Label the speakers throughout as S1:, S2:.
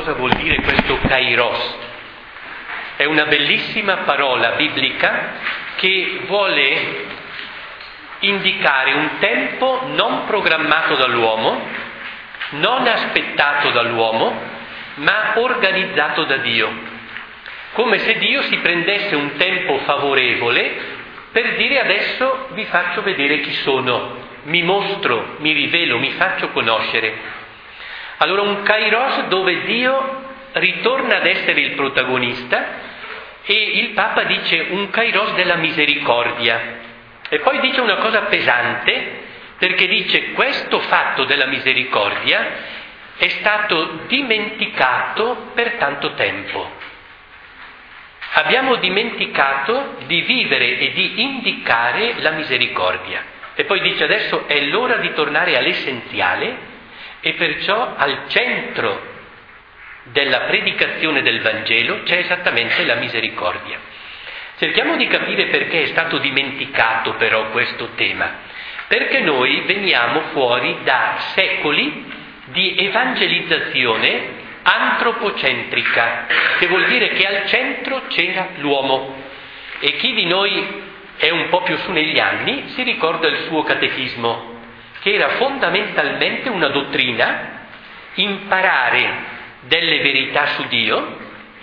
S1: cosa vuol dire questo kairos. È una bellissima parola biblica che vuole indicare un tempo non programmato dall'uomo, non aspettato dall'uomo, ma organizzato da Dio. Come se Dio si prendesse un tempo favorevole per dire: adesso vi faccio vedere chi sono, mi mostro, mi rivelo, mi faccio conoscere. Allora un kairos dove Dio ritorna ad essere il protagonista, e il Papa dice un kairos della misericordia. E poi dice una cosa pesante, perché dice: questo fatto della misericordia è stato dimenticato per tanto tempo. Abbiamo dimenticato di vivere e di indicare la misericordia. E poi dice: adesso è l'ora di tornare all'essenziale, e perciò al centro della predicazione del Vangelo c'è esattamente la misericordia. Cerchiamo di capire perché è stato dimenticato però questo tema. Perché noi veniamo fuori da secoli di evangelizzazione antropocentrica, che vuol dire che al centro c'era l'uomo. E chi di noi è un po' più su negli anni si ricorda il suo catechismo, che era fondamentalmente una dottrina, imparare delle verità su Dio,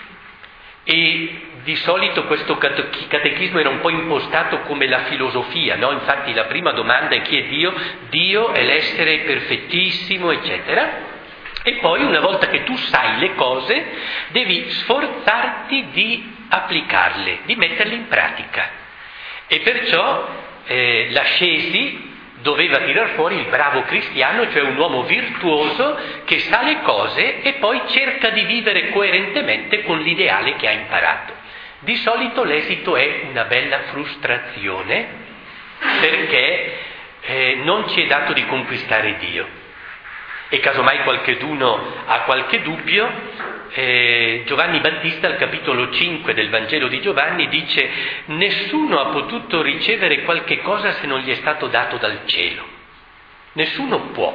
S1: e di solito questo catechismo era un po' impostato come la filosofia, no? Infatti la prima domanda è: chi è Dio? Dio è l'essere perfettissimo, eccetera. E poi, una volta che tu sai le cose, devi sforzarti di applicarle, di metterle in pratica. E perciò l'ascesi doveva tirar fuori il bravo cristiano, cioè un uomo virtuoso che sa le cose e poi cerca di vivere coerentemente con l'ideale che ha imparato. Di solito l'esito è una bella frustrazione, perché non ci è dato di conquistare Dio. E casomai qualcheduno ha qualche dubbio, Giovanni Battista al capitolo 5 del Vangelo di Giovanni dice: nessuno ha potuto ricevere qualche cosa se non gli è stato dato dal cielo. Nessuno può.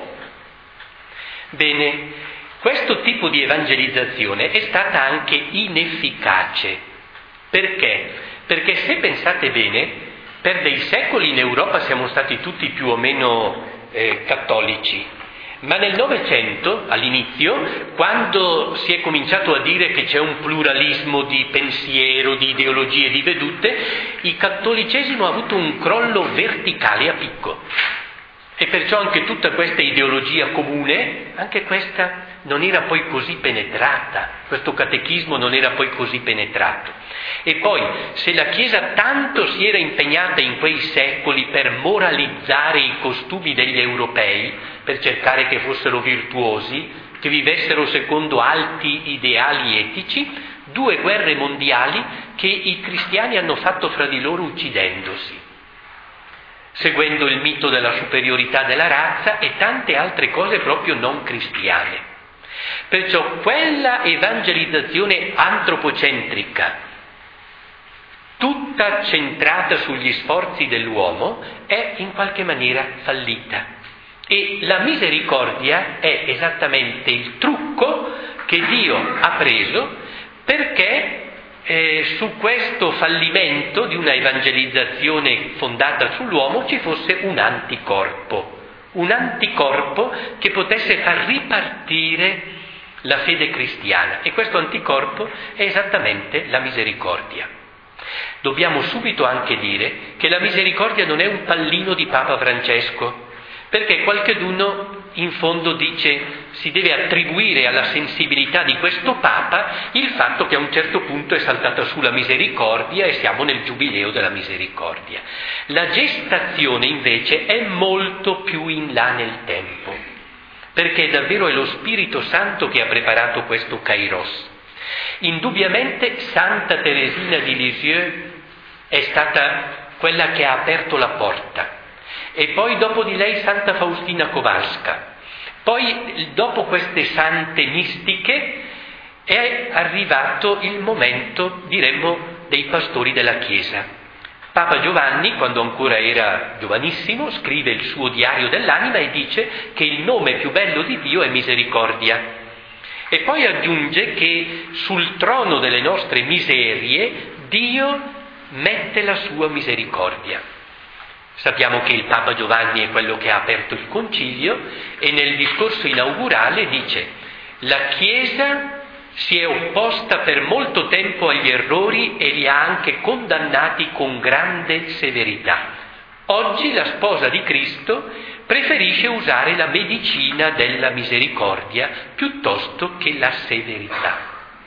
S1: Bene, questo tipo di evangelizzazione è stata anche inefficace. Perché? Perché se pensate bene, per dei secoli in Europa siamo stati tutti più o meno cattolici. Ma nel Novecento, all'inizio, quando si è cominciato a dire che c'è un pluralismo di pensiero, di ideologie, di vedute, il cattolicesimo ha avuto un crollo verticale a picco. E perciò anche tutta questa ideologia comune, anche questa non era poi così penetrata, questo catechismo non era poi così penetrato. E poi, se la Chiesa tanto si era impegnata in quei secoli per moralizzare i costumi degli europei, per cercare che fossero virtuosi, che vivessero secondo alti ideali etici, 2 guerre mondiali che i cristiani hanno fatto fra di loro uccidendosi, seguendo il mito della superiorità della razza e tante altre cose proprio non cristiane. Perciò quella evangelizzazione antropocentrica, tutta centrata sugli sforzi dell'uomo, è in qualche maniera fallita. E la misericordia è esattamente il trucco che Dio ha preso perché su questo fallimento di una evangelizzazione fondata sull'uomo ci fosse un anticorpo che potesse far ripartire la fede cristiana, e questo anticorpo è esattamente la misericordia. Dobbiamo subito anche dire che la misericordia non è un pallino di Papa Francesco, perché qualcheduno in fondo dice si deve attribuire alla sensibilità di questo Papa il fatto che a un certo punto è saltata su la misericordia e siamo nel giubileo della misericordia. La gestazione invece è molto più in là nel tempo, perché davvero è lo Spirito Santo che ha preparato questo kairos. Indubbiamente Santa Teresina di Lisieux è stata quella che ha aperto la porta, e poi dopo di lei Santa Faustina Kowalska. Poi dopo queste sante mistiche è arrivato il momento, diremmo, dei pastori della Chiesa. Papa Giovanni, quando ancora era giovanissimo, scrive il suo diario dell'anima e dice che il nome più bello di Dio è misericordia. E poi aggiunge che sul trono delle nostre miserie Dio mette la sua misericordia. Sappiamo che il Papa Giovanni è quello che ha aperto il concilio e nel discorso inaugurale dice: la Chiesa si è opposta per molto tempo agli errori e li ha anche condannati con grande severità. Oggi la sposa di Cristo preferisce usare la medicina della misericordia piuttosto che la severità.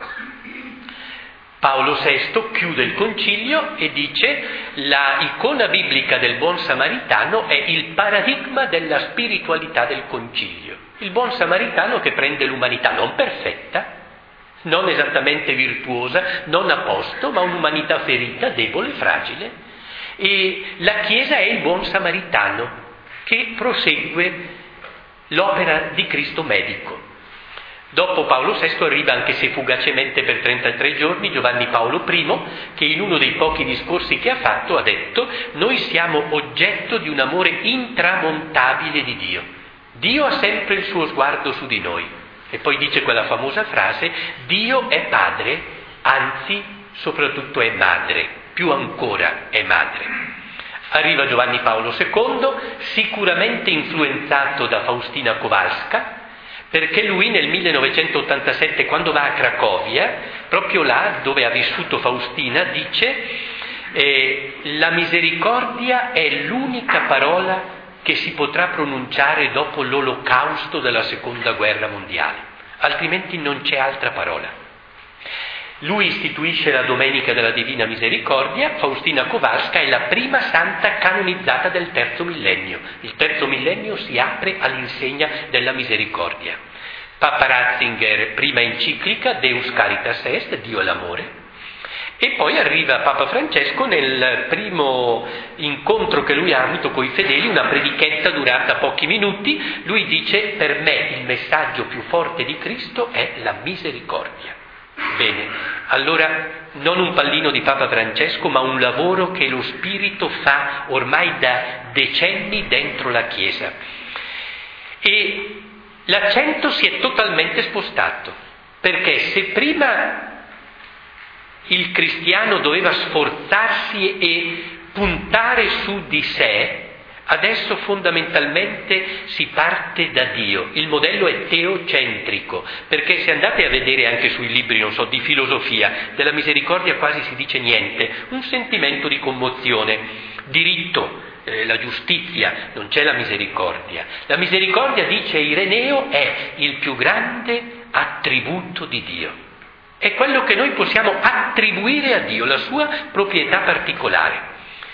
S1: Paolo VI chiude il concilio e dice: la icona biblica del buon samaritano è il paradigma della spiritualità del concilio. Il buon samaritano che prende l'umanità non perfetta, non esattamente virtuosa, non a posto, ma un'umanità ferita, debole, fragile. E la Chiesa è il buon samaritano che prosegue l'opera di Cristo medico. Dopo Paolo VI arriva, anche se fugacemente per 33 giorni, Giovanni Paolo I, che in uno dei pochi discorsi che ha fatto ha detto: noi siamo oggetto di un amore intramontabile di Dio. Dio ha sempre il suo sguardo su di noi. E poi dice quella famosa frase: Dio è padre, anzi soprattutto è madre, più ancora è madre. Arriva Giovanni Paolo II, sicuramente influenzato da Faustina Kowalska, perché lui nel 1987, quando va a Cracovia, proprio là dove ha vissuto Faustina, dice: la misericordia è l'unica parola che si potrà pronunciare dopo l'olocausto della seconda guerra mondiale, altrimenti non c'è altra parola. Lui istituisce la Domenica della Divina Misericordia. Faustina Kowalska è la prima santa canonizzata del terzo millennio. Il terzo millennio si apre all'insegna della misericordia. Papa Ratzinger, prima enciclica Deus Caritas Est, Dio è l'amore. E poi arriva Papa Francesco nel primo incontro che lui ha avuto con i fedeli, una predichetta durata pochi minuti. Lui dice: per me il messaggio più forte di Cristo è la misericordia. Bene, allora non un pallino di Papa Francesco, ma un lavoro che lo Spirito fa ormai da decenni dentro la Chiesa. E l'accento si è totalmente spostato, perché se prima il cristiano doveva sforzarsi e puntare su di sé, adesso fondamentalmente si parte da Dio. Il modello è teocentrico, perché se andate a vedere anche sui libri, non so, di filosofia, della misericordia quasi si dice niente, un sentimento di commozione, diritto, la giustizia, non c'è la misericordia. La misericordia, dice Ireneo, è il più grande attributo di Dio. È quello che noi possiamo attribuire a Dio, la sua proprietà particolare.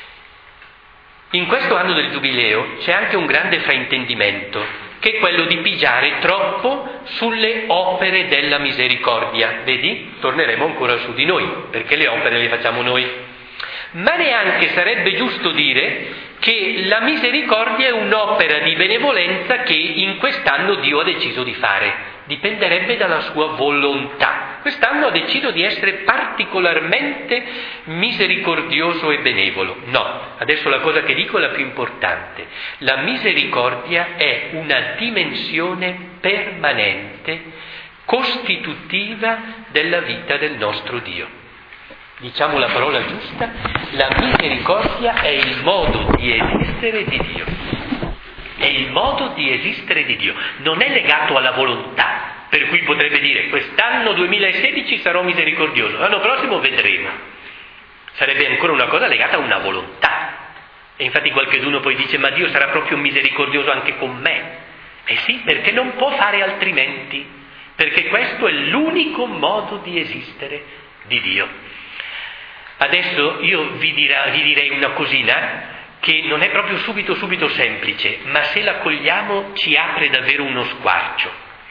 S1: In questo anno del Giubileo c'è anche un grande fraintendimento, che è quello di pigiare troppo sulle opere della misericordia. Vedi? Torneremo ancora su di noi, perché le opere le facciamo noi. Ma neanche sarebbe giusto dire che la misericordia è un'opera di benevolenza che in quest'anno Dio ha deciso di fare. Dipenderebbe dalla sua volontà. Quest'anno ha deciso di essere particolarmente misericordioso e benevolo. No, adesso la cosa che dico è la più importante. La misericordia è una dimensione permanente, costitutiva della vita del nostro Dio. Diciamo la parola giusta: la misericordia è il modo di esistere di Dio. È il modo di esistere di Dio, non è legato alla volontà, per cui potrebbe dire: quest'anno 2016 sarò misericordioso, l'anno prossimo vedremo. Sarebbe ancora una cosa legata a una volontà. E infatti qualcheduno poi dice: ma Dio sarà proprio misericordioso anche con me. Eh sì, perché non può fare altrimenti, perché questo è l'unico modo di esistere di Dio. Adesso io vi direi una cosina che non è proprio subito semplice, ma se la cogliamo ci apre davvero uno squarcio.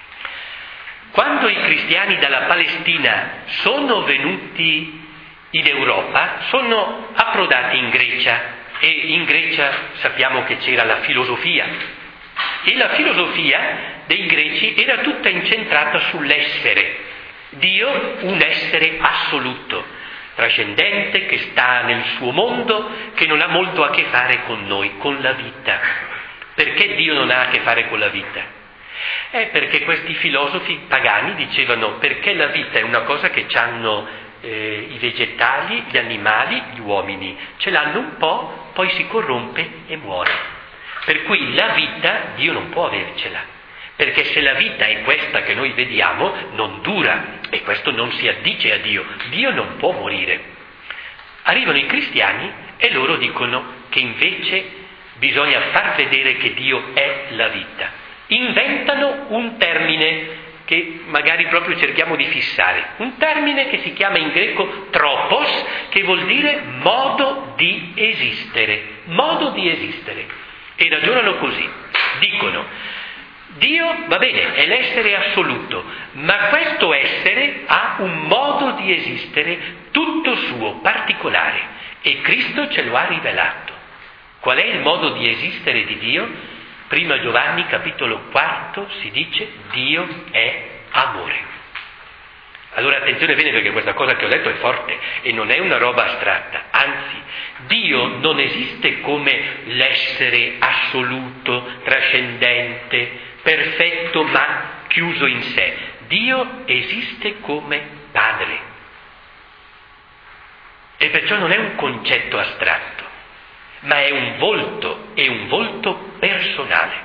S1: Quando i cristiani dalla Palestina sono venuti in Europa, sono approdati in Grecia, e in Grecia sappiamo che c'era la filosofia, e la filosofia dei greci era tutta incentrata sull'essere. Dio, un essere assoluto, trascendente, che sta nel suo mondo, che non ha molto a che fare con noi, con la vita. Perché Dio non ha a che fare con la vita? Perché questi filosofi pagani dicevano perché la vita è una cosa che hanno i vegetali, gli animali, gli uomini. Ce l'hanno un po', poi si corrompe e muore. Per cui la vita Dio non può avercela. Perché se la vita è questa che noi vediamo, non dura, e questo non si addice a Dio. Dio non può morire. Arrivano i cristiani e loro dicono che invece bisogna far vedere che Dio è la vita. Inventano un termine che magari proprio cerchiamo di fissare, un termine che si chiama in greco tropos, che vuol dire modo di esistere, e ragionano così, dicono Dio, va bene, è l'essere assoluto, ma questo essere ha un modo di esistere tutto suo, particolare, e Cristo ce lo ha rivelato. Qual è il modo di esistere di Dio? Prima Giovanni, capitolo 4, si dice Dio è amore. Allora attenzione bene, perché questa cosa che ho detto è forte e non è una roba astratta, anzi, Dio non esiste come l'essere assoluto, trascendente, perfetto ma chiuso in sé. Dio esiste come Padre. E perciò non è un concetto astratto, ma è un volto personale.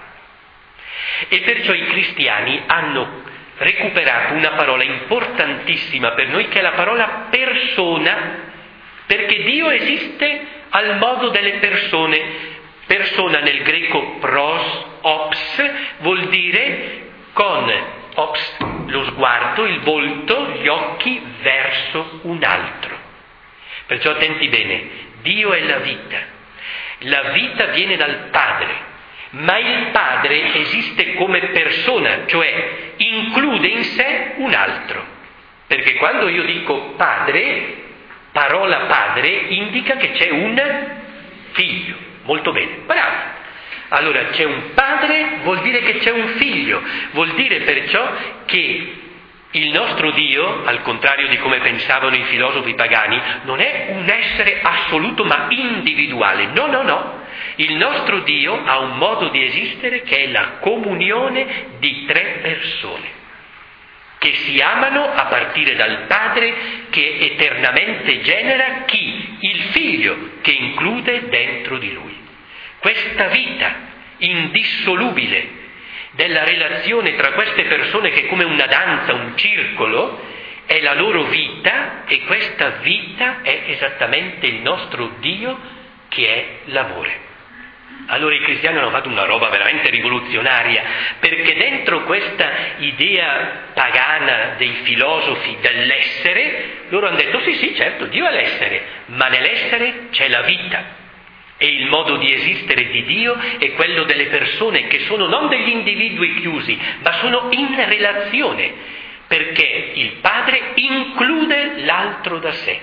S1: E perciò i cristiani hanno recuperato una parola importantissima per noi, che è la parola persona, perché Dio esiste al modo delle persone. Persona nel greco pros, ops, vuol dire con ops, lo sguardo, il volto, gli occhi verso un altro. Perciò attenti bene, Dio è la vita. La vita viene dal Padre, ma il Padre esiste come persona, cioè include in sé un altro. Perché quando io dico Padre, parola Padre indica che c'è un figlio. Molto bene, bravo. Allora c'è un Padre, vuol dire che c'è un figlio, vuol dire perciò che il nostro Dio, al contrario di come pensavano i filosofi pagani, non è un essere assoluto ma individuale. No. Il nostro Dio ha un modo di esistere che è la comunione di tre persone che si amano a partire dal Padre, che eternamente genera chi? Il Figlio, che include dentro di Lui. Questa vita indissolubile della relazione tra queste persone, che è come una danza, un circolo, è la loro vita, e questa vita è esattamente il nostro Dio, che è l'amore. Allora i cristiani hanno fatto una roba veramente rivoluzionaria, perché dentro questa idea pagana dei filosofi dell'essere, loro hanno detto sì, certo, Dio è l'essere, ma nell'essere c'è la vita. E il modo di esistere di Dio è quello delle persone che sono non degli individui chiusi, ma sono in relazione, perché il Padre include l'altro da sé.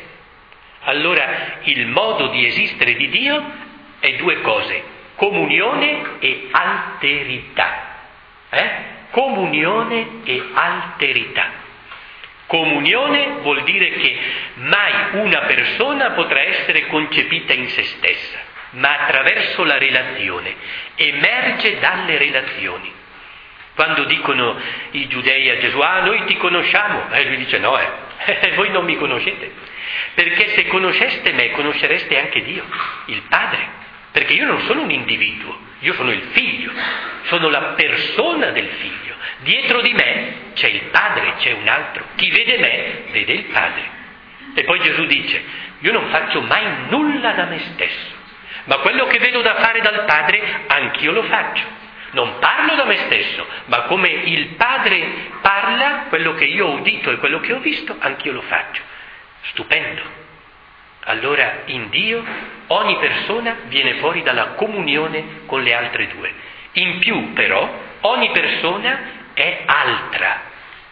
S1: Allora il modo di esistere di Dio è due cose: comunione e alterità. Comunione e alterità. Comunione vuol dire che mai una persona potrà essere concepita in se stessa, ma attraverso la relazione, emerge dalle relazioni. Quando dicono i giudei a Gesù, noi ti conosciamo, lui dice no, voi non mi conoscete, perché se conosceste me conoscereste anche Dio, il Padre. Perché io non sono un individuo, io sono il figlio, sono la persona del figlio. Dietro di me c'è il Padre, c'è un altro. Chi vede me, vede il Padre. E poi Gesù dice, io non faccio mai nulla da me stesso, ma quello che vedo da fare dal Padre, anch'io lo faccio. Non parlo da me stesso, ma come il Padre parla, quello che io ho udito e quello che ho visto, anch'io lo faccio. Stupendo. Allora in Dio ogni persona viene fuori dalla comunione con le altre due. In più però ogni persona è altra,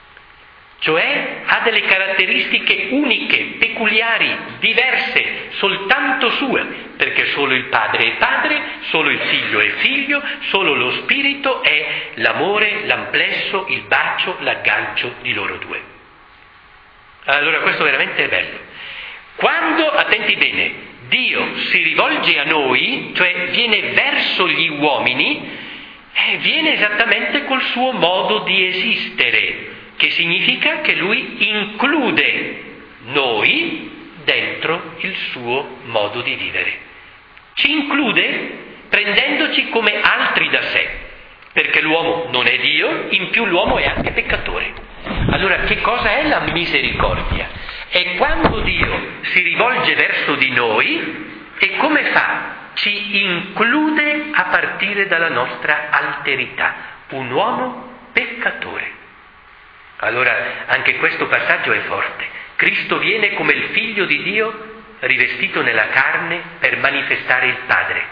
S1: cioè ha delle caratteristiche uniche, peculiari, diverse, soltanto sue, perché solo il Padre è Padre, solo il Figlio è Figlio, solo lo Spirito è l'amore, l'amplesso, il bacio, l'aggancio di loro due. Allora questo veramente è bello. Quando, attenti bene, Dio si rivolge a noi, cioè viene verso gli uomini, Viene esattamente col suo modo di esistere, che significa che lui include noi dentro il suo modo di vivere. Ci include prendendoci come altri da sé, perché l'uomo non è Dio, in più l'uomo è anche peccatore. Allora, che cosa è la misericordia? È quando Dio si rivolge verso di noi e come fa? Ci include a partire dalla nostra alterità, un uomo peccatore. Allora, anche questo passaggio è forte. Cristo viene come il Figlio di Dio rivestito nella carne per manifestare il Padre.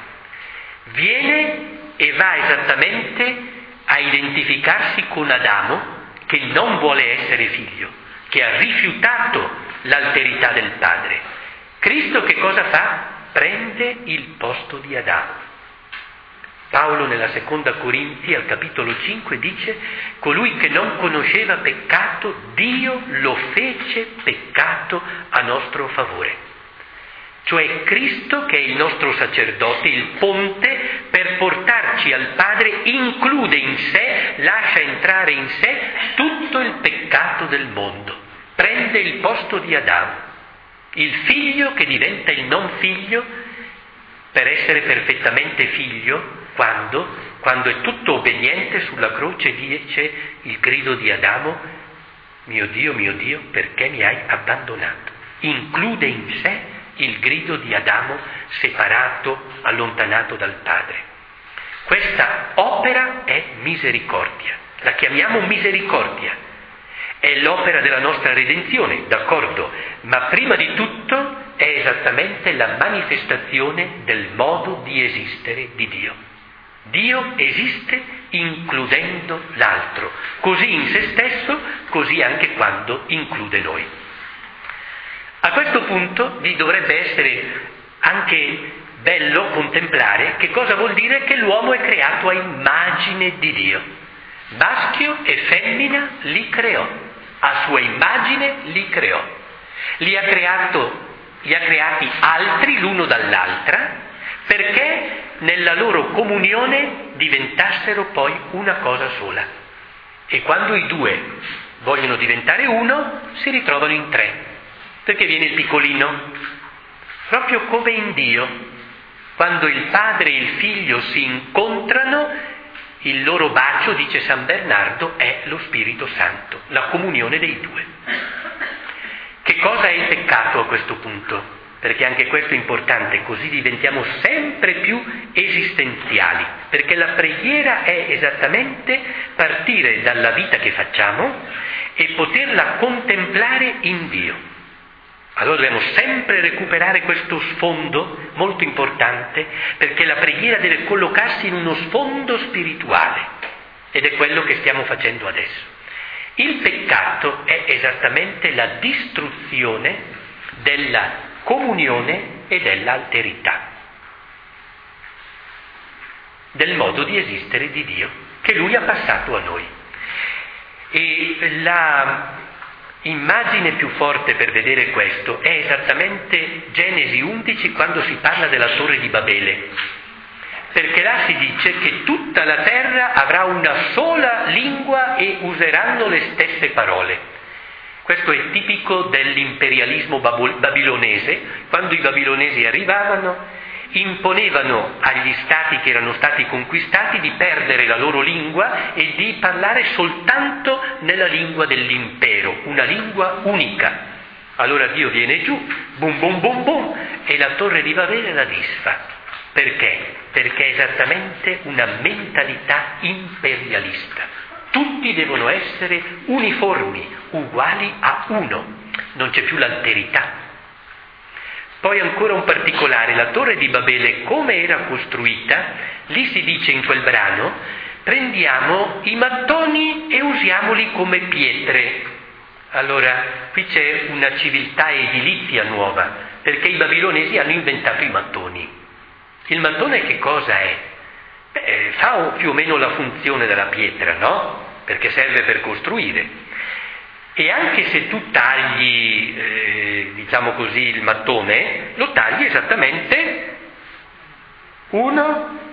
S1: Viene e va esattamente a identificarsi con Adamo, che non vuole essere figlio, che ha rifiutato l'alterità del Padre. Cristo che cosa fa? Prende il posto di Adamo. Paolo nella seconda Corinti al capitolo 5 dice: colui che non conosceva peccato, Dio lo fece peccato a nostro favore. Cioè Cristo, che è il nostro sacerdote, il ponte per portarci al Padre, include in sé, lascia entrare in sé tutto il peccato del mondo. Prende il posto di Adamo, il figlio che diventa il non figlio per essere perfettamente figlio quando è tutto obbediente sulla croce dice il grido di Adamo: mio Dio, perché mi hai abbandonato? Include in sé il grido di Adamo separato, allontanato dal Padre. Questa opera è misericordia, la chiamiamo misericordia, è l'opera della nostra redenzione, d'accordo, ma prima di tutto è esattamente la manifestazione del modo di esistere di Dio. Dio esiste includendo l'altro, così in se stesso, così anche quando include noi. A questo punto vi dovrebbe essere anche bello contemplare che cosa vuol dire che l'uomo è creato a immagine di Dio. Maschio e femmina li creò, a sua immagine li creò. Li ha creati altri l'uno dall'altra perché nella loro comunione diventassero poi una cosa sola. E quando i due vogliono diventare uno, si ritrovano in tre, perché viene il piccolino, proprio come in Dio. Quando il padre e il figlio si incontrano, il loro bacio, dice San Bernardo, è lo Spirito Santo, la comunione dei due. Che cosa è il peccato a questo punto? Perché anche questo è importante, così diventiamo sempre più esistenziali, perché la preghiera è esattamente partire dalla vita che facciamo e poterla contemplare in Dio. Allora dobbiamo sempre recuperare questo sfondo molto importante, perché la preghiera deve collocarsi in uno sfondo spirituale, ed è quello che stiamo facendo adesso. Il peccato è esattamente la distruzione della comunione e dell'alterità, del modo di esistere di Dio che Lui ha passato a noi. E la immagine più forte per vedere questo è esattamente Genesi 11, quando si parla della torre di Babele, perché là si dice che tutta la terra avrà una sola lingua e useranno le stesse parole. Questo è tipico dell'imperialismo babilonese. Quando i babilonesi arrivavano, imponevano agli stati che erano stati conquistati di perdere la loro lingua e di parlare soltanto nella lingua dell'impero, una lingua unica. Allora Dio viene giù, bum bum bum bum, e la torre di Babele la disfa. Perché? Perché è esattamente una mentalità imperialista. Tutti devono essere uniformi, uguali a uno, non c'è più l'alterità. Poi ancora un particolare, la torre di Babele come era costruita, lì si dice in quel brano: prendiamo i mattoni e usiamoli come pietre. Allora, qui c'è una civiltà edilizia nuova, perché i babilonesi hanno inventato i mattoni. Il mattone che cosa è? Fa più o meno la funzione della pietra, no? Perché serve per costruire. E anche se tu tagli, diciamo così, il mattone, lo tagli esattamente 1,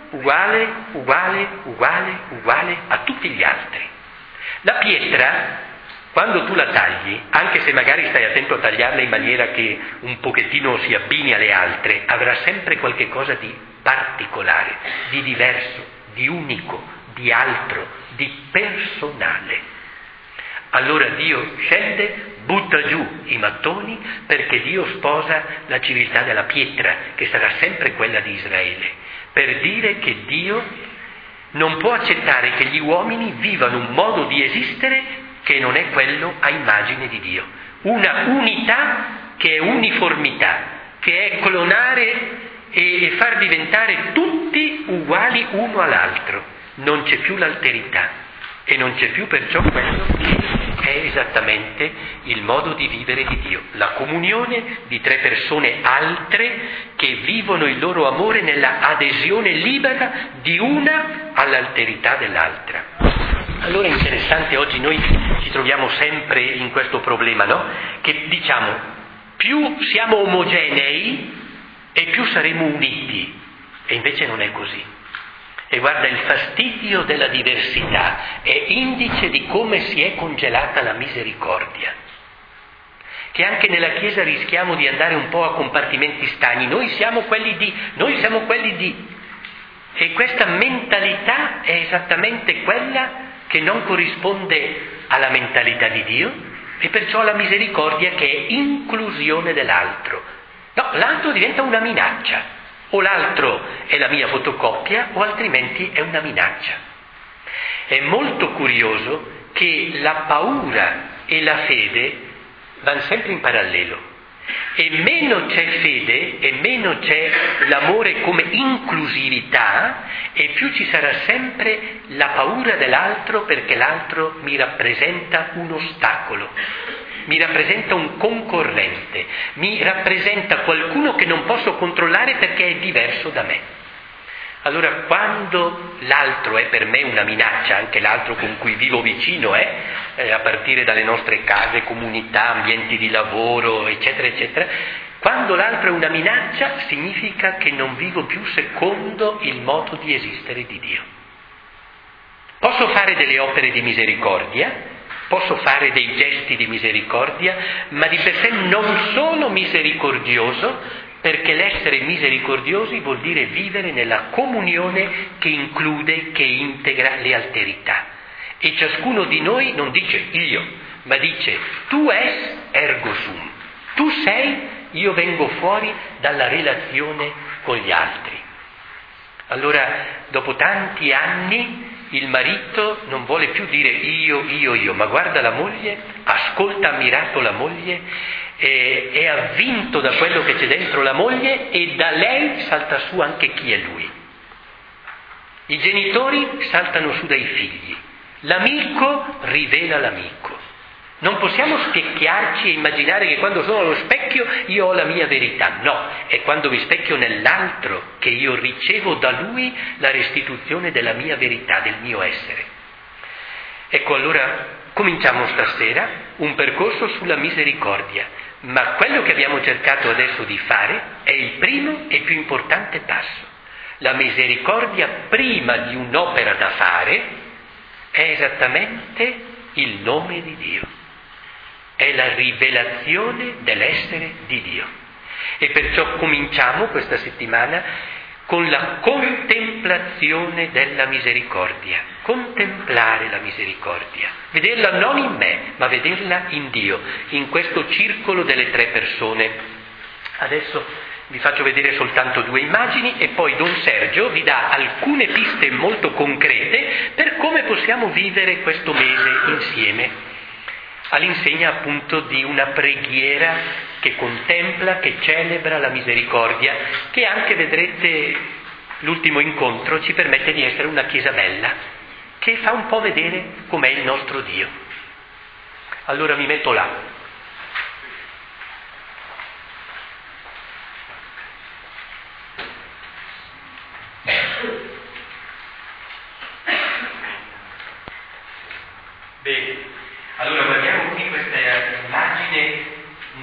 S1: uguale, uguale, uguale, uguale a tutti gli altri. La pietra, quando tu la tagli, anche se magari stai attento a tagliarla in maniera che un pochettino si abbini alle altre, avrà sempre qualche cosa di particolare, di diverso, di unico, di altro, di personale. Allora Dio scende, butta giù i mattoni, perché Dio sposa la civiltà della pietra, che sarà sempre quella di Israele, per dire che Dio non può accettare che gli uomini vivano un modo di esistere che non è quello a immagine di Dio. Una unità che è uniformità, che è clonare e far diventare tutti uguali uno all'altro. Non c'è più l'alterità e non c'è più perciò quello che è esattamente il modo di vivere di Dio. La comunione di tre persone altre che vivono il loro amore nella adesione libera di una all'alterità dell'altra. Allora è interessante, oggi noi ci troviamo sempre in questo problema, no? Che diciamo, più siamo omogenei e più saremo uniti, e invece non è così. E guarda, il fastidio della diversità è indice di come si è congelata la misericordia, che anche nella Chiesa rischiamo di andare un po' a compartimenti stagni, noi siamo quelli di, e questa mentalità è esattamente quella che non corrisponde alla mentalità di Dio e perciò alla misericordia, che è inclusione dell'altro. No, l'altro diventa una minaccia, o l'altro è la mia fotocopia o altrimenti è una minaccia. È molto curioso che la paura e la fede vanno sempre in parallelo, e meno c'è fede e meno c'è l'amore come inclusività, e più ci sarà sempre la paura dell'altro, perché l'altro mi rappresenta un ostacolo, mi rappresenta un concorrente, mi rappresenta qualcuno che non posso controllare perché è diverso da me. Allora, quando l'altro è per me una minaccia, anche l'altro con cui vivo vicino a partire dalle nostre case, comunità, ambienti di lavoro, eccetera, eccetera, quando l'altro è una minaccia significa che non vivo più secondo il modo di esistere di Dio. Posso fare delle opere di misericordia, posso fare dei gesti di misericordia, ma di per sé non sono misericordioso, perché l'essere misericordiosi vuol dire vivere nella comunione che include, che integra le alterità. E ciascuno di noi non dice io, ma dice tu es ergo sum, tu sei, io vengo fuori dalla relazione con gli altri. Allora, dopo tanti anni, il marito non vuole più dire io, ma guarda la moglie, ascolta ammirato la moglie, è avvinto da quello che c'è dentro la moglie, e da lei salta su anche chi è lui. I genitori saltano su dai figli, l'amico rivela l'amico. Non possiamo specchiarci e immaginare che quando sono allo specchio io ho la mia verità. No, è quando mi specchio nell'altro che io ricevo da lui la restituzione della mia verità, del mio essere. Ecco, allora cominciamo stasera un percorso sulla misericordia, ma quello che abbiamo cercato adesso di fare è il primo e più importante passo. La misericordia, prima di un'opera da fare, è esattamente il nome di Dio. È la rivelazione dell'essere di Dio. E perciò cominciamo questa settimana con la contemplazione della misericordia. Contemplare la misericordia. Vederla non in me, ma vederla in Dio, in questo circolo delle tre persone. Adesso vi faccio vedere soltanto 2 immagini e poi Don Sergio vi dà alcune piste molto concrete per come possiamo vivere questo mese insieme, all'insegna appunto di una preghiera che contempla, che celebra la misericordia, che anche, vedrete, l'ultimo incontro ci permette di essere una chiesa bella, che fa un po' vedere com'è il nostro Dio. Allora mi metto là. Bene, allora guardiamo qui questa immagine, un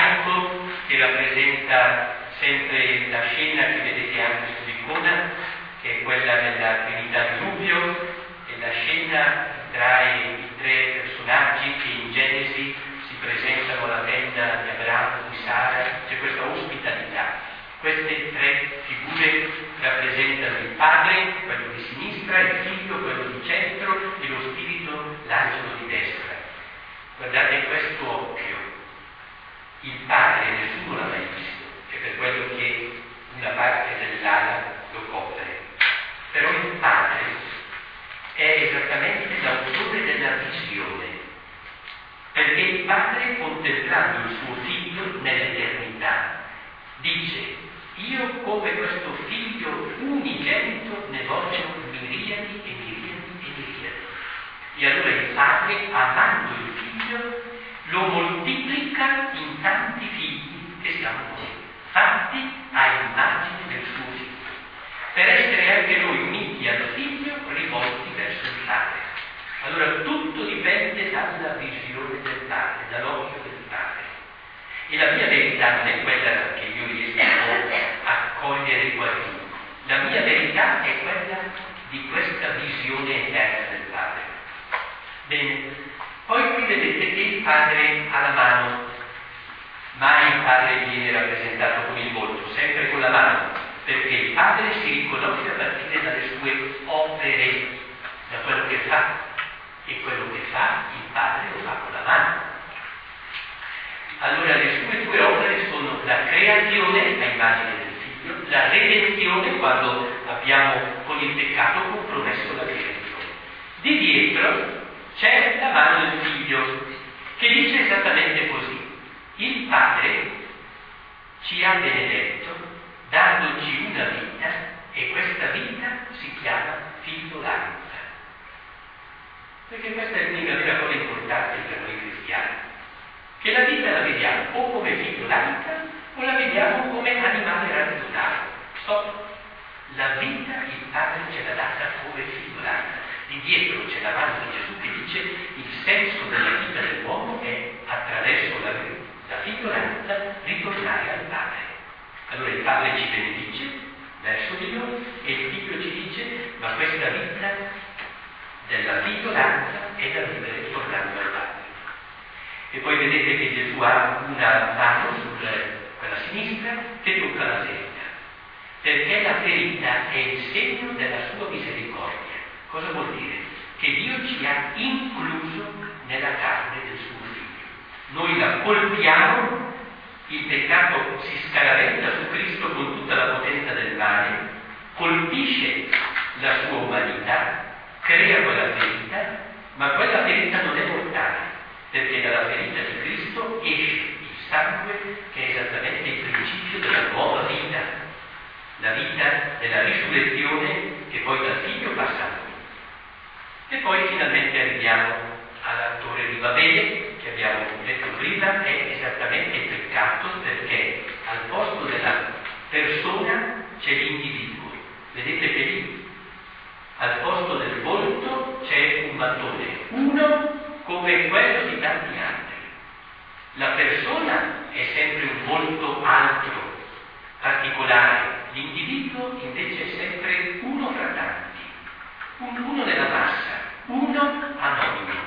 S1: mosaico che rappresenta sempre la scena che vedete anche sull'icona che è quella della Trinità di Rubio, e la scena tra i tre personaggi che in Genesi si presentano alla tenda di Abramo, di Sara, c'è questa ospitalità. Queste tre figure rappresentano il padre, quello di sinistra, il figlio, quello di centro, e lo spirito, l'angelo di destra. Guardate questo occhio. Il padre nessuno l'ha mai visto, è per quello che una parte dell'ala lo copre. Però il padre è esattamente l'autore della visione, perché il padre, contemplando il suo figlio nell'eternità, dice: io come questo figlio unigenito ne voglio miriadi e miriadi e miriadi. E allora il padre, amando il figlio, lo moltiplica in tanti figli che siamo noi, fatti a immagine del suo figlio, per essere anche noi uniti al figlio, rivolti verso il padre. Allora tutto dipende dalla visione del padre, dall'occhio del padre. E la mia verità non è quella che io riesco a cogliere qualcuno. La mia verità è quella di questa visione eterna del padre. Bene, poi qui vedete che il padre ha la mano. Mai il padre viene rappresentato con il volto, sempre con la mano, perché il padre si riconosce a partire dalle sue opere, da quello che fa. E quello che fa il padre lo fa con la mano. Allora le sue due opere sono la creazione a immagine del figlio, la redenzione quando abbiamo con il peccato compromesso la creazione. Di dietro c'è la mano del figlio che dice esattamente così: il padre ci ha benedetto dandoci una vita, e questa vita si chiama figliolanza. Perché questa è l'unica vera cosa importante per noi cristiani, che la vita la vediamo o come figliolanza o la vediamo come animale razionale. Stop. La vita il padre ce l'ha data come figliolanza. Di dietro c'è la mano di Gesù che dice: il senso della vita dell'uomo è, attraverso la figliolanza, ritornare al padre. Allora il padre ci benedice verso Dio e il figlio ci dice: ma questa vita della figliolanza è da vivere tornando al padre. E poi vedete che Gesù ha una mano su quella sinistra che tocca la ferita, perché la ferita è il segno della sua misericordia. Cosa vuol dire? Che Dio ci ha incluso nella carne del suo figlio. Noi la colpiamo, il peccato si scaraventa su Cristo con tutta la potenza del male, colpisce la sua umanità, crea quella ferita, ma quella ferita non è mortale, perché dalla ferita di Cristo esce il sangue, che è esattamente il principio della nuova vita, la vita della risurrezione che poi dal figlio passa a noi. E poi finalmente arriviamo alla torre di Babele, che abbiamo detto prima, è esattamente il peccato, perché al posto della persona c'è l'individuo. Vedete che lì al posto del volto c'è un mattone, uno come quello di tanti altri. La persona è sempre un volto altro, particolare, l'individuo invece è sempre uno fra tanti, uno nella massa, uno anonimo.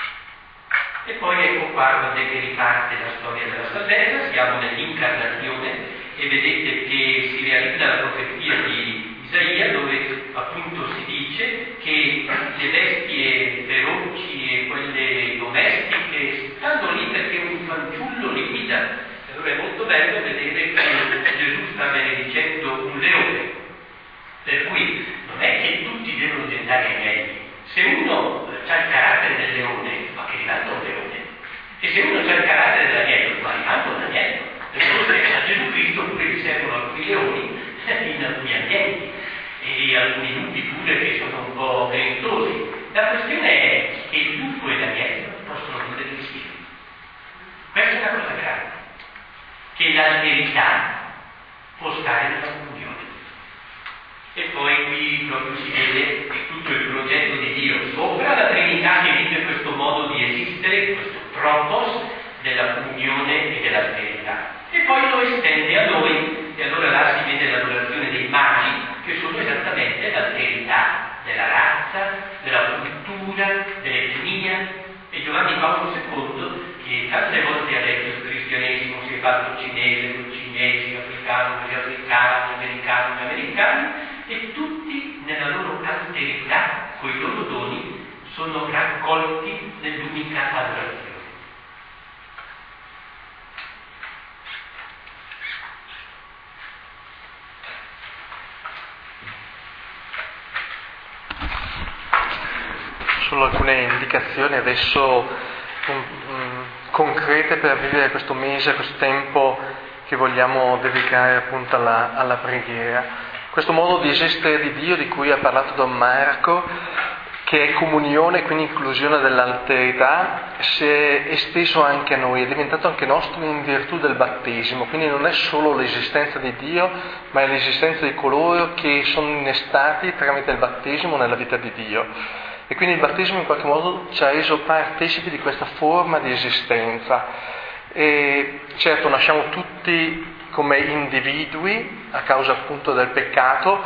S1: E poi ecco qua quando è che riparte la storia della salvezza, siamo nell'incarnazione e vedete che si realizza la profezia di Isaia, dove appunto si dice che le bestie feroci e quelle domestiche stanno lì perché un fanciullo li guida. E allora è molto bello vedere che Gesù sta benedicendo un leone, per cui non è che tutti devono diventare agnelli. Se uno ha il carattere del leone, ma che diventa un leone, e se uno ha il carattere dell'agnello, ma rimane un agnello. Perché a Gesù Cristo pure gli servono alcuni leoni in alcuni agnelli e alcuni lupi pure che sono un po' grintosi. La questione è che il lupo e l'agnello possono vivere insieme. Questa è una cosa grande, che l'alterità può stare nella comunione. E poi qui proprio si vede tutto il progetto di Dio sopra la Trinità che vive questo modo di esistere, questo propos della comunione e dell'alterità. E poi lo estende a noi, e allora là si vede l'adorazione dei magi, che sono esattamente dell'alterità, della razza, della cultura, dell'etnia. E Giovanni Paolo II, che tante volte ha detto il cristianesimo si è fatto cinese con cinesi, africano con gli africani, americano con gli americani, e tutti nella loro alterità, con i loro doni, sono raccolti nell'unica adorazione.
S2: Solo alcune indicazioni adesso concrete per vivere questo mese, questo tempo che vogliamo dedicare appunto alla preghiera. Questo modo di esistere di Dio di cui ha parlato Don Marco, che è comunione e quindi inclusione dell'alterità, si è esteso anche a noi, è diventato anche nostro in virtù del battesimo, quindi non è solo l'esistenza di Dio, ma è l'esistenza di coloro che sono innestati tramite il battesimo nella vita di Dio. E quindi il battesimo in qualche modo ci ha reso partecipi di questa forma di esistenza. E certo nasciamo tutti come individui a causa appunto del peccato,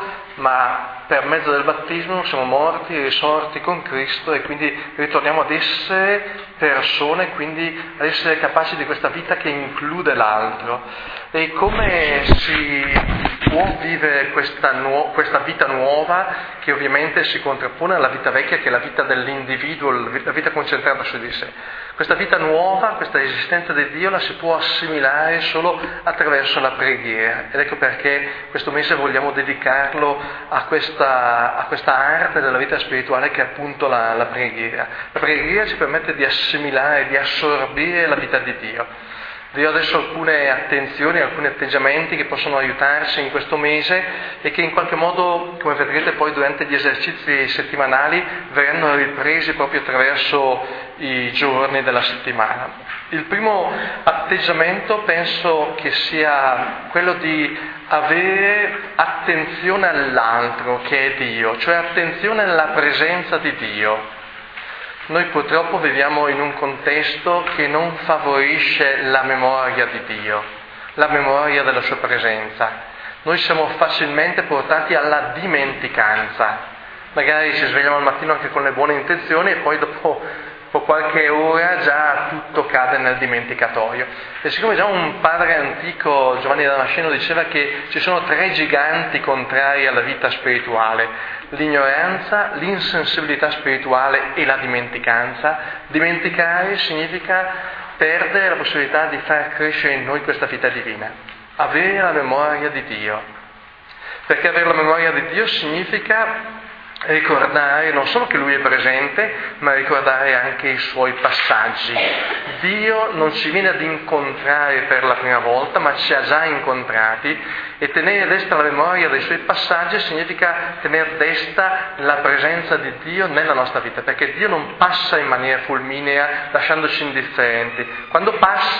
S2: ma per mezzo del battesimo siamo morti e risorti con Cristo e quindi ritorniamo ad essere persone, quindi ad essere capaci di questa vita che include l'altro. E come si può vivere questa vita nuova che ovviamente si contrappone alla vita vecchia, che è la vita dell'individuo, la vita concentrata su di sé. Questa vita nuova, questa esistenza di Dio la si può assimilare solo attraverso la preghiera, ed ecco perché questo mese vogliamo dedicarlo a questa arte della vita spirituale che è appunto la preghiera. La preghiera ci permette di assimilare, di assorbire la vita di Dio. Vi ho adesso alcune attenzioni, alcuni atteggiamenti che possono aiutarci in questo mese e che in qualche modo, come vedrete poi durante gli esercizi settimanali, verranno ripresi proprio attraverso i giorni della settimana. Il primo atteggiamento penso che sia quello di avere attenzione all'altro che è Dio, cioè attenzione alla presenza di Dio. Noi purtroppo viviamo in un contesto che non favorisce la memoria di Dio, la memoria della sua presenza. Noi siamo facilmente portati alla dimenticanza. Magari ci svegliamo al mattino anche con le buone intenzioni e poi dopo qualche ora già tutto cade nel dimenticatoio. E siccome già un padre antico, Giovanni Damasceno, diceva che ci sono 3 giganti contrari alla vita spirituale: l'ignoranza, l'insensibilità spirituale e la dimenticanza. Dimenticare significa perdere la possibilità di far crescere in noi questa vita divina. Avere la memoria di Dio. Perché avere la memoria di Dio significa ricordare non solo che Lui è presente, ma ricordare anche i Suoi passaggi. Dio non ci viene ad incontrare per la prima volta, ma ci ha già incontrati, e tenere desta la memoria dei Suoi passaggi significa tenere desta la presenza di Dio nella nostra vita, perché Dio non passa in maniera fulminea lasciandoci indifferenti. Quando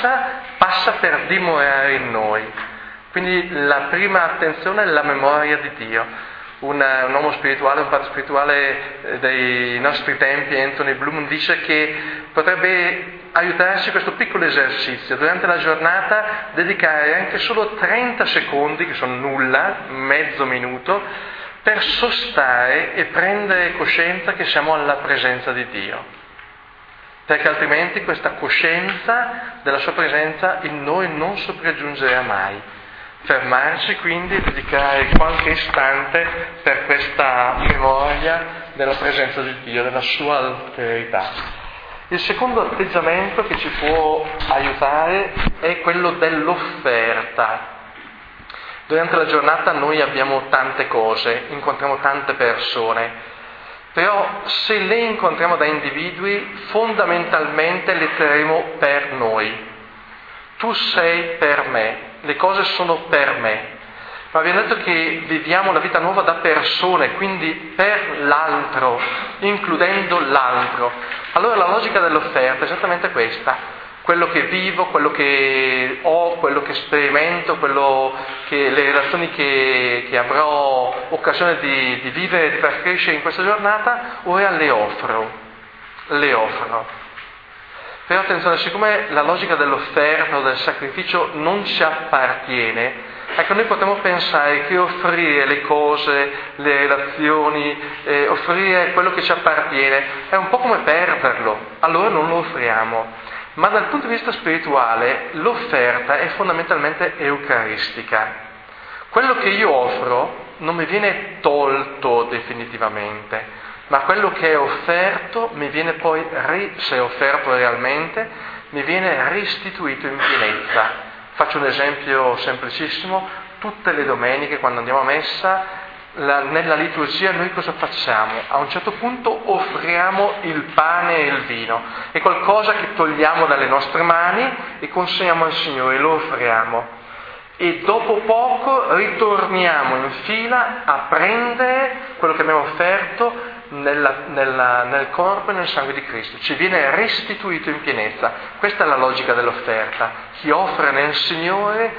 S2: passa per dimorare in noi. Quindi la prima attenzione è la memoria di Dio. Un uomo spirituale, un padre spirituale dei nostri tempi, Anthony Bloom, dice che potrebbe aiutarci questo piccolo esercizio: durante la giornata dedicare anche solo 30 secondi, che sono nulla, mezzo minuto, per sostare e prendere coscienza che siamo alla presenza di Dio. Perché altrimenti questa coscienza della sua presenza in noi non sopraggiungerà mai. Fermarci quindi e dedicare qualche istante per questa memoria della presenza di Dio, della sua alterità. Il secondo atteggiamento che ci può aiutare è quello dell'offerta. Durante la giornata noi abbiamo tante cose, incontriamo tante persone, però se le incontriamo da individui fondamentalmente le terremo per noi. Tu sei per me. Le cose sono per me, ma abbiamo detto che viviamo la vita nuova da persone, quindi per l'altro, includendo l'altro. Allora la logica dell'offerta è esattamente questa: quello che vivo, quello che ho, quello che sperimento, le relazioni che avrò occasione di vivere, di far crescere in questa giornata, ora le offro. Però attenzione, siccome la logica dell'offerta o del sacrificio non ci appartiene, ecco, noi potremmo pensare che offrire le cose, le relazioni, offrire quello che ci appartiene è un po' come perderlo, allora non lo offriamo. Ma dal punto di vista spirituale l'offerta è fondamentalmente eucaristica. Quello che io offro non mi viene tolto definitivamente, ma quello che è offerto mi viene poi, se è offerto realmente, mi viene restituito in pienezza. Faccio un esempio semplicissimo: tutte le domeniche quando andiamo a messa, nella liturgia noi cosa facciamo? A un certo punto offriamo il pane e il vino, è qualcosa che togliamo dalle nostre mani e consegniamo al Signore, lo offriamo. E dopo poco ritorniamo in fila a prendere quello che abbiamo offerto nel corpo e nel sangue di Cristo. Ci viene restituito in pienezza. Questa è la logica dell'offerta. Chi offre nel Signore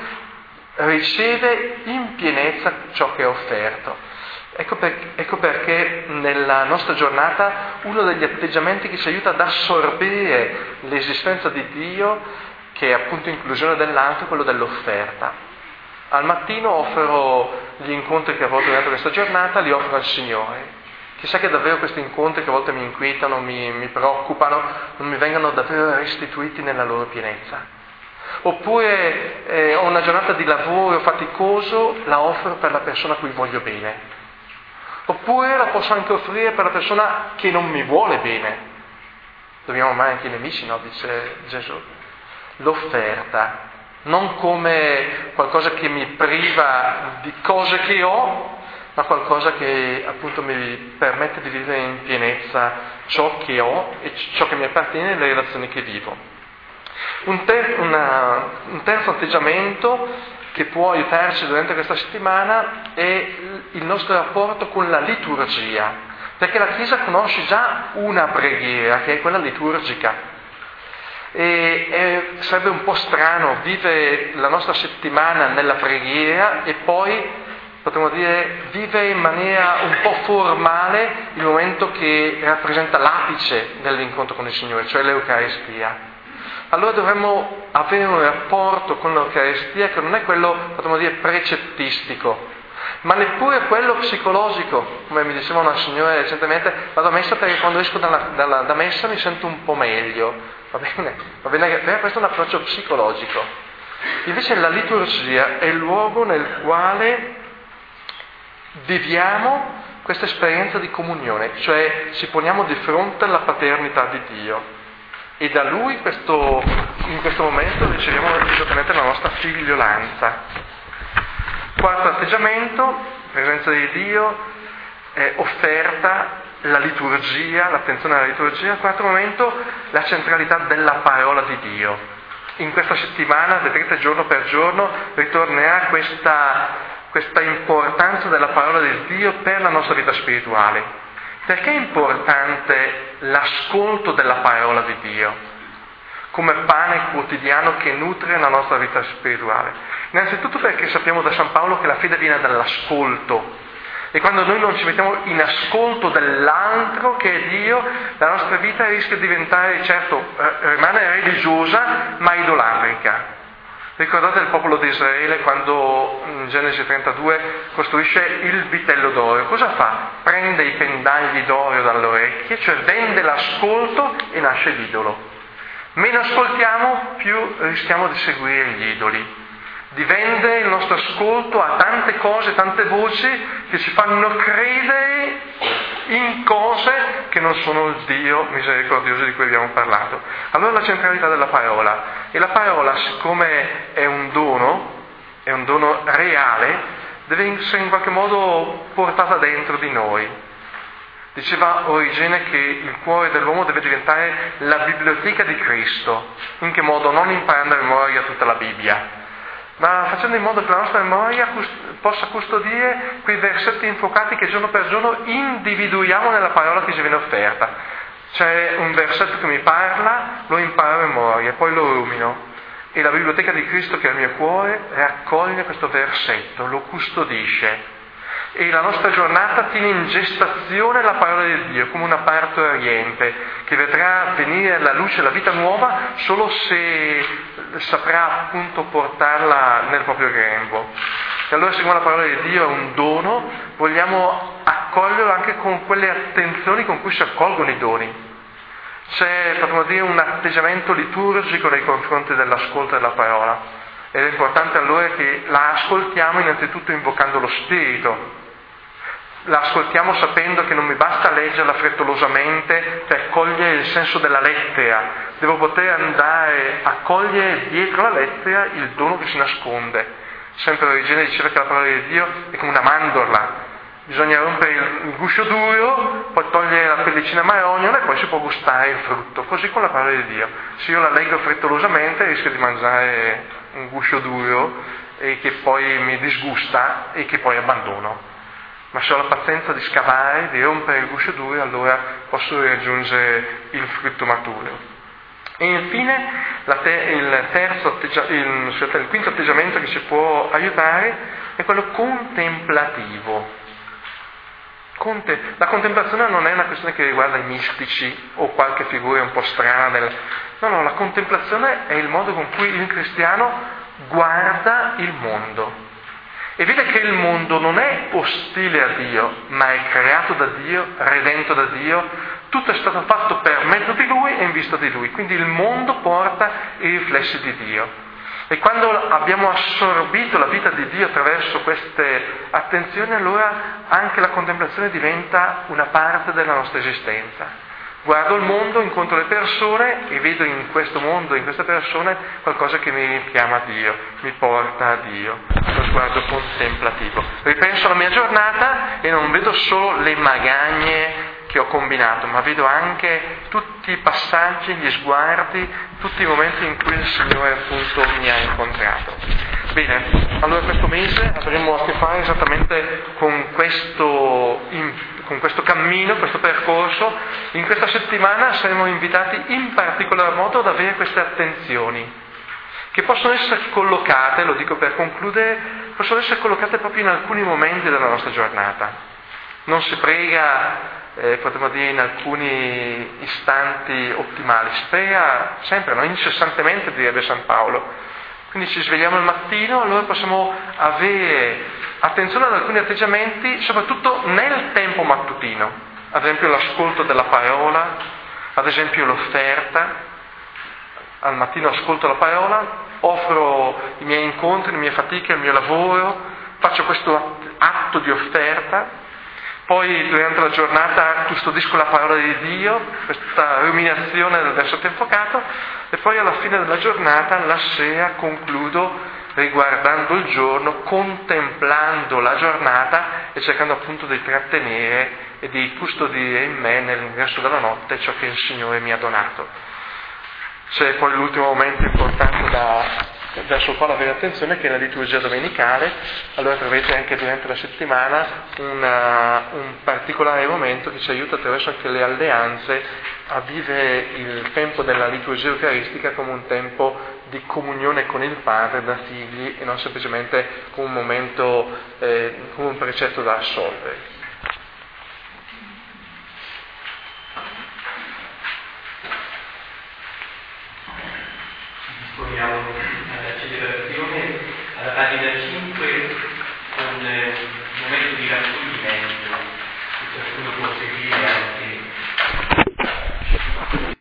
S2: riceve in pienezza ciò che è offerto. Ecco perché nella nostra giornata uno degli atteggiamenti che ci aiuta ad assorbire l'esistenza di Dio, che è appunto inclusione dell'altro, è quello dell'offerta. Al mattino offro gli incontri che a volte durante questa giornata, li offro al Signore. Chissà che davvero questi incontri che a volte mi inquietano, mi preoccupano, non mi vengano davvero restituiti nella loro pienezza. Oppure ho una giornata di lavoro faticoso, la offro per la persona a cui voglio bene. Oppure la posso anche offrire per la persona che non mi vuole bene. Dobbiamo amare anche i nemici, no? Dice Gesù. L'offerta, non come qualcosa che mi priva di cose che ho, ma qualcosa che appunto mi permette di vivere in pienezza ciò che ho e ciò che mi appartiene nelle relazioni che vivo. Un terzo atteggiamento che può aiutarci durante questa settimana è il nostro rapporto con la liturgia, perché la Chiesa conosce già una preghiera, che è quella liturgica. E sarebbe un po' strano vivere la nostra settimana nella preghiera e poi, potremmo dire, vivere in maniera un po' formale il momento che rappresenta l'apice dell'incontro con il Signore, cioè l'Eucaristia. Allora dovremmo avere un rapporto con l'Eucaristia che non è quello, potremmo dire, precettistico, ma neppure quello psicologico. Come mi diceva una signora recentemente: vado a messa perché quando esco da messa mi sento un po' meglio. Va bene, questo è un approccio psicologico. Invece la liturgia è il luogo nel quale viviamo questa esperienza di comunione, cioè ci poniamo di fronte alla paternità di Dio e da Lui in questo momento riceviamo esattamente la nostra figliolanza. Quarto atteggiamento, presenza di Dio, offerta, la liturgia, l'attenzione alla liturgia. Quarto momento, la centralità della parola di Dio. In questa settimana, vedrete, giorno per giorno ritornerà questa importanza della parola di Dio per la nostra vita spirituale. Perché è importante l'ascolto della parola di Dio come pane quotidiano che nutre la nostra vita spirituale? Innanzitutto perché sappiamo da San Paolo che la fede viene dall'ascolto. E quando noi non ci mettiamo in ascolto dell'altro, che è Dio, la nostra vita rischia di diventare, certo, rimane religiosa, ma idolatrica. Ricordate il popolo di Israele quando in Genesi 32 costruisce il vitello d'oro? Cosa fa? Prende i pendagli d'oro dalle orecchie, cioè vende l'ascolto e nasce l'idolo. Meno ascoltiamo, più rischiamo di seguire gli idoli, di vendere il nostro ascolto a tante cose, tante voci che ci fanno credere in cose che non sono il Dio misericordioso di cui abbiamo parlato. Allora la centralità della parola, e la parola, siccome è un dono reale, deve essere in qualche modo portata dentro di noi. Diceva Origene che il cuore dell'uomo deve diventare la biblioteca di Cristo. In che modo? Non imparando a memoria tutta la Bibbia, ma facendo in modo che la nostra memoria possa custodire quei versetti infuocati che giorno per giorno individuiamo nella parola che ci viene offerta. C'è un versetto che mi parla, lo imparo a memoria, poi lo rumino. E la biblioteca di Cristo, che è il mio cuore, raccoglie questo versetto, lo custodisce. E la nostra giornata tiene in gestazione la parola di Dio, come una partoriente, che vedrà venire la luce, la vita nuova, solo se saprà appunto portarla nel proprio grembo. E allora, siccome la parola di Dio è un dono, vogliamo accoglierlo anche con quelle attenzioni con cui si accolgono i doni. C'è, potremmo dire, un atteggiamento liturgico nei confronti dell'ascolto della parola. Ed è importante allora che la ascoltiamo innanzitutto invocando lo Spirito. La ascoltiamo sapendo che non mi basta leggerla frettolosamente per cogliere il senso della lettera, devo poter andare a cogliere dietro la lettera il dono che si nasconde. Sempre l'origine diceva che la parola di Dio è come una mandorla, bisogna rompere il guscio duro, poi togliere la pellicina marognola e poi si può gustare il frutto. Così con la parola di Dio, se io la leggo frettolosamente rischio di mangiare un guscio duro e che poi mi disgusta e che poi abbandono. Ma se ho la pazienza di scavare, di rompere il guscio duro, allora posso raggiungere il frutto maturo. E infine il quinto atteggiamento che ci può aiutare è quello contemplativo. La contemplazione non è una questione che riguarda i mistici o qualche figura un po' strana. No, la contemplazione è il modo con cui il cristiano guarda il mondo. E vede che il mondo non è ostile a Dio, ma è creato da Dio, redento da Dio, tutto è stato fatto per mezzo di Lui e in vista di Lui, quindi il mondo porta i riflessi di Dio. E quando abbiamo assorbito la vita di Dio attraverso queste attenzioni, allora anche la contemplazione diventa una parte della nostra esistenza. Guardo il mondo, incontro le persone e vedo in questo mondo, in queste persone, qualcosa che mi richiama a Dio, mi porta a Dio. Lo sguardo contemplativo. Ripenso alla mia giornata e non vedo solo le magagne che ho combinato, ma vedo anche tutti i passaggi, gli sguardi, tutti i momenti in cui il Signore appunto mi ha incontrato. Bene, allora questo mese avremo a che fare esattamente con questo cammino, questo percorso. In questa settimana saremo invitati in particolar modo ad avere queste attenzioni, che possono essere collocate, lo dico per concludere, possono essere collocate proprio in alcuni momenti della nostra giornata. Non si prega, potremmo dire, in alcuni istanti ottimali, si prega sempre, no? Incessantemente, direbbe San Paolo. Quindi ci svegliamo al mattino, allora possiamo avere attenzione ad alcuni atteggiamenti, soprattutto nel tempo mattutino, ad esempio l'ascolto della parola, ad esempio l'offerta. Al mattino ascolto la parola, offro i miei incontri, le mie fatiche, il mio lavoro, faccio questo atto di offerta. Poi durante la giornata custodisco la parola di Dio, questa ruminazione del versetto invocato, e poi alla fine della giornata, la sera, concludo riguardando il giorno, contemplando la giornata e cercando appunto di trattenere e di custodire in me nel resto della notte ciò che il Signore mi ha donato. C'è poi l'ultimo momento importante verso il quale avere attenzione, che è la liturgia domenicale. Allora troverete anche durante la settimana un particolare momento che ci aiuta attraverso anche le alleanze a vivere il tempo della liturgia eucaristica come un tempo di comunione con il Padre da figli e non semplicemente come un momento, come un precetto da assolvere.
S1: Disponiamo alla celebrazione alla pagina 5 con un momento di raccoglimento che ciascuno può seguire anche